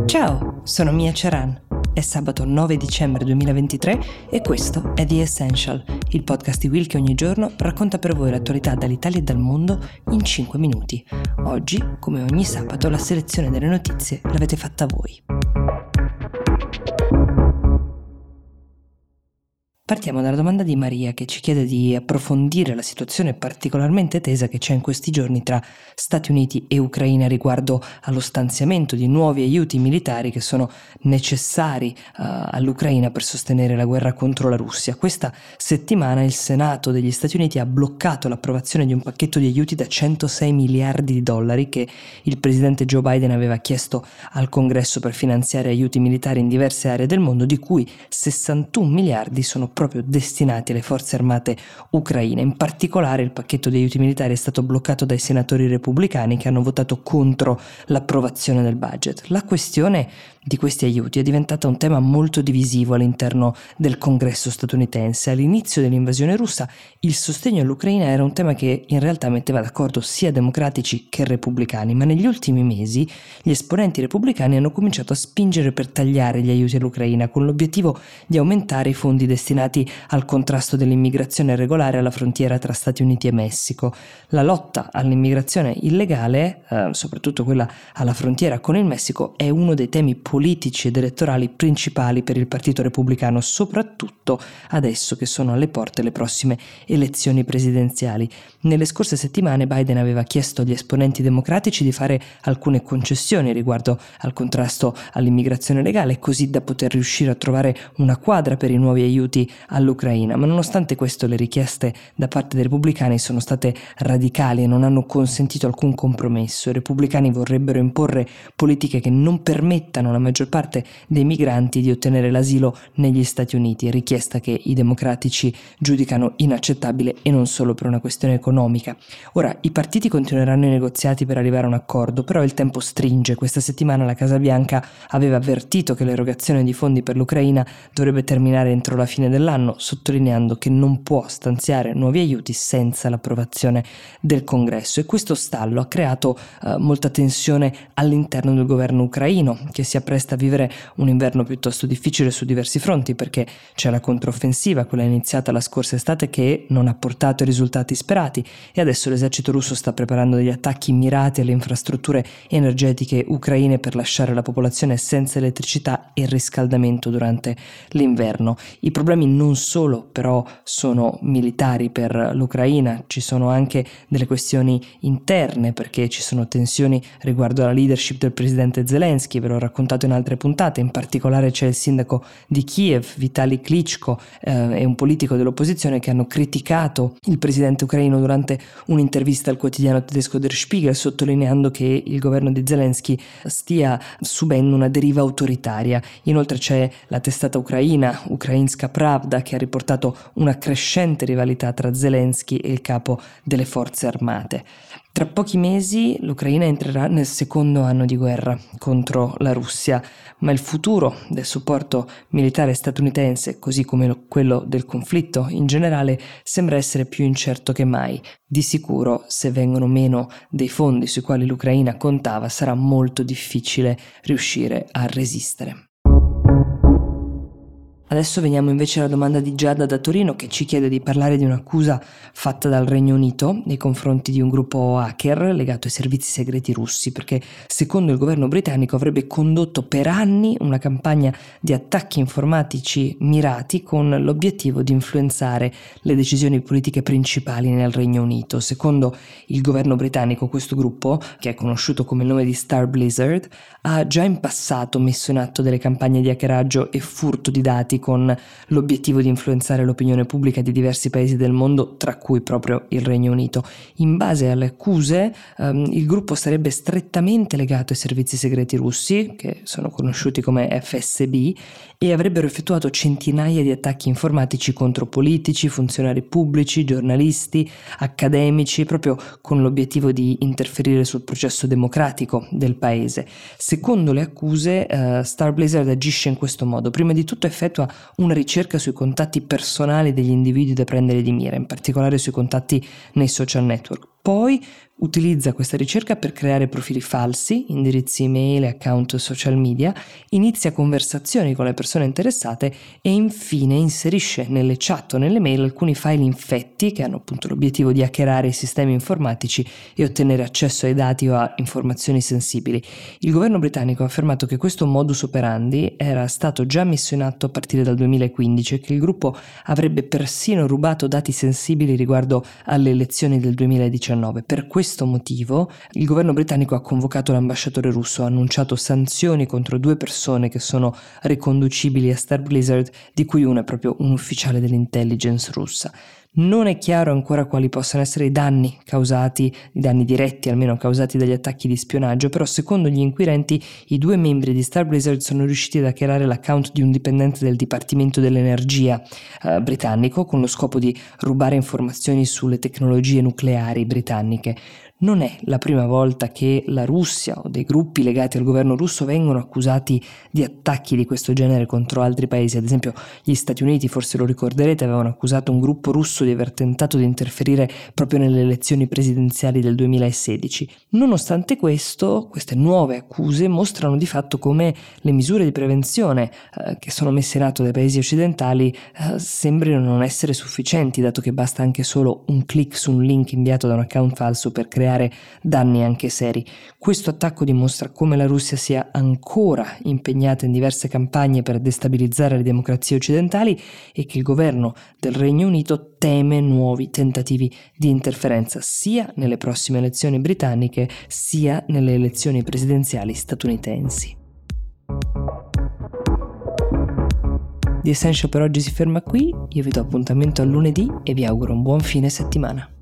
Ciao, sono Mia Ceran. È sabato 9 dicembre 2023 e questo è The Essential, il podcast di Will che ogni giorno racconta per voi l'attualità dall'Italia e dal mondo in 5 minuti. Oggi, come ogni sabato, la selezione delle notizie l'avete fatta voi. Partiamo dalla domanda di Maria, che ci chiede di approfondire la situazione particolarmente tesa che c'è in questi giorni tra Stati Uniti e Ucraina riguardo allo stanziamento di nuovi aiuti militari che sono necessari all'Ucraina per sostenere la guerra contro la Russia. Questa settimana il Senato degli Stati Uniti ha bloccato l'approvazione di un pacchetto di aiuti da 106 miliardi di dollari che il presidente Joe Biden aveva chiesto al Congresso per finanziare aiuti militari in diverse aree del mondo, di cui 61 miliardi sono proprio destinati alle forze armate ucraine. In particolare il pacchetto di aiuti militari è stato bloccato dai senatori repubblicani che hanno votato contro l'approvazione del budget. La questione di questi aiuti è diventata un tema molto divisivo all'interno del Congresso statunitense. All'inizio dell'invasione russa il sostegno all'Ucraina era un tema che in realtà metteva d'accordo sia democratici che repubblicani, ma negli ultimi mesi gli esponenti repubblicani hanno cominciato a spingere per tagliare gli aiuti all'Ucraina con l'obiettivo di aumentare i fondi destinati al contrasto dell'immigrazione irregolare alla frontiera tra Stati Uniti e Messico. La lotta all'immigrazione illegale, soprattutto quella alla frontiera con il Messico, è uno dei temi politici ed elettorali principali per il Partito Repubblicano, soprattutto adesso che sono alle porte le prossime elezioni presidenziali. Nelle scorse settimane Biden aveva chiesto agli esponenti democratici di fare alcune concessioni riguardo al contrasto all'immigrazione legale, così da poter riuscire a trovare una quadra per i nuovi aiuti all'Ucraina, ma nonostante questo le richieste da parte dei repubblicani sono state radicali e non hanno consentito alcun compromesso. I repubblicani vorrebbero imporre politiche che non permettano alla maggior parte dei migranti di ottenere l'asilo negli Stati Uniti, richiesta che i democratici giudicano inaccettabile e non solo per una questione economica. Ora, i partiti continueranno i negoziati per arrivare a un accordo, però il tempo stringe. Questa settimana la Casa Bianca aveva avvertito che l'erogazione di fondi per l'Ucraina dovrebbe terminare entro la fine dell'anno, sottolineando che non può stanziare nuovi aiuti senza l'approvazione del Congresso, e questo stallo ha creato molta tensione all'interno del governo ucraino, che si appresta a vivere un inverno piuttosto difficile su diversi fronti, perché c'è la controffensiva, quella iniziata la scorsa estate, che non ha portato i risultati sperati, e adesso l'esercito russo sta preparando degli attacchi mirati alle infrastrutture energetiche ucraine per lasciare la popolazione senza elettricità e riscaldamento durante l'inverno. I problemi non solo però sono militari per l'Ucraina, ci sono anche delle questioni interne, perché ci sono tensioni riguardo alla leadership del presidente Zelensky, ve l'ho raccontato in altre puntate. In particolare c'è il sindaco di Kiev, Vitali Klitschko, e un politico dell'opposizione che hanno criticato il presidente ucraino durante un'intervista al quotidiano tedesco Der Spiegel, sottolineando che il governo di Zelensky stia subendo una deriva autoritaria. Inoltre c'è la testata ucraina, Ukrainska Pravda, che ha riportato una crescente rivalità tra Zelensky e il capo delle forze armate. Tra pochi mesi l'Ucraina entrerà nel secondo anno di guerra contro la Russia, ma il futuro del supporto militare statunitense, così come quello del conflitto in generale, sembra essere più incerto che mai. Di sicuro, se vengono meno dei fondi sui quali l'Ucraina contava, sarà molto difficile riuscire a resistere. Adesso veniamo invece alla domanda di Giada da Torino, che ci chiede di parlare di un'accusa fatta dal Regno Unito nei confronti di un gruppo hacker legato ai servizi segreti russi, perché secondo il governo britannico avrebbe condotto per anni una campagna di attacchi informatici mirati con l'obiettivo di influenzare le decisioni politiche principali nel Regno Unito. Secondo il governo britannico, questo gruppo, che è conosciuto come il nome di Star Blizzard, ha già in passato messo in atto delle campagne di hackeraggio e furto di dati con l'obiettivo di influenzare l'opinione pubblica di diversi paesi del mondo, tra cui proprio il Regno Unito. In base alle accuse, il gruppo sarebbe strettamente legato ai servizi segreti russi, che sono conosciuti come FSB, e avrebbero effettuato centinaia di attacchi informatici contro politici, funzionari pubblici, giornalisti, accademici, proprio con l'obiettivo di interferire sul processo democratico del paese. Secondo le accuse, Star Blizzard agisce in questo modo. Prima di tutto effettua una ricerca sui contatti personali degli individui da prendere di mira, in particolare sui contatti nei social network. Poi utilizza questa ricerca per creare profili falsi, indirizzi email e account social media, inizia conversazioni con le persone interessate e infine inserisce nelle chat o nelle mail alcuni file infetti che hanno appunto l'obiettivo di hackerare i sistemi informatici e ottenere accesso ai dati o a informazioni sensibili. Il governo britannico ha affermato che questo modus operandi era stato già messo in atto a partire dal 2015 e che il gruppo avrebbe persino rubato dati sensibili riguardo alle elezioni del 2019. Per questo motivo il governo britannico ha convocato l'ambasciatore russo, ha annunciato sanzioni contro 2 persone che sono riconducibili a Star Blizzard, di cui una è proprio un ufficiale dell'intelligence russa. Non è chiaro ancora quali possano essere i danni diretti almeno causati dagli attacchi di spionaggio, però secondo gli inquirenti i 2 membri di Star Blizzard sono riusciti ad hackerare l'account di un dipendente del Dipartimento dell'Energia britannico con lo scopo di rubare informazioni sulle tecnologie nucleari britanniche. Non è la prima volta che la Russia o dei gruppi legati al governo russo vengono accusati di attacchi di questo genere contro altri paesi. Ad esempio, gli Stati Uniti, forse lo ricorderete, avevano accusato un gruppo russo di aver tentato di interferire proprio nelle elezioni presidenziali del 2016. Nonostante questo, queste nuove accuse mostrano di fatto come le misure di prevenzione che sono messe in atto dai paesi occidentali sembrino non essere sufficienti, dato che basta anche solo un click su un link inviato da un account falso per creare danni anche seri. Questo attacco dimostra come la Russia sia ancora impegnata in diverse campagne per destabilizzare le democrazie occidentali e che il governo del Regno Unito teme nuovi tentativi di interferenza sia nelle prossime elezioni britanniche sia nelle elezioni presidenziali statunitensi. The Essential per oggi si ferma qui, io vi do appuntamento a lunedì e vi auguro un buon fine settimana.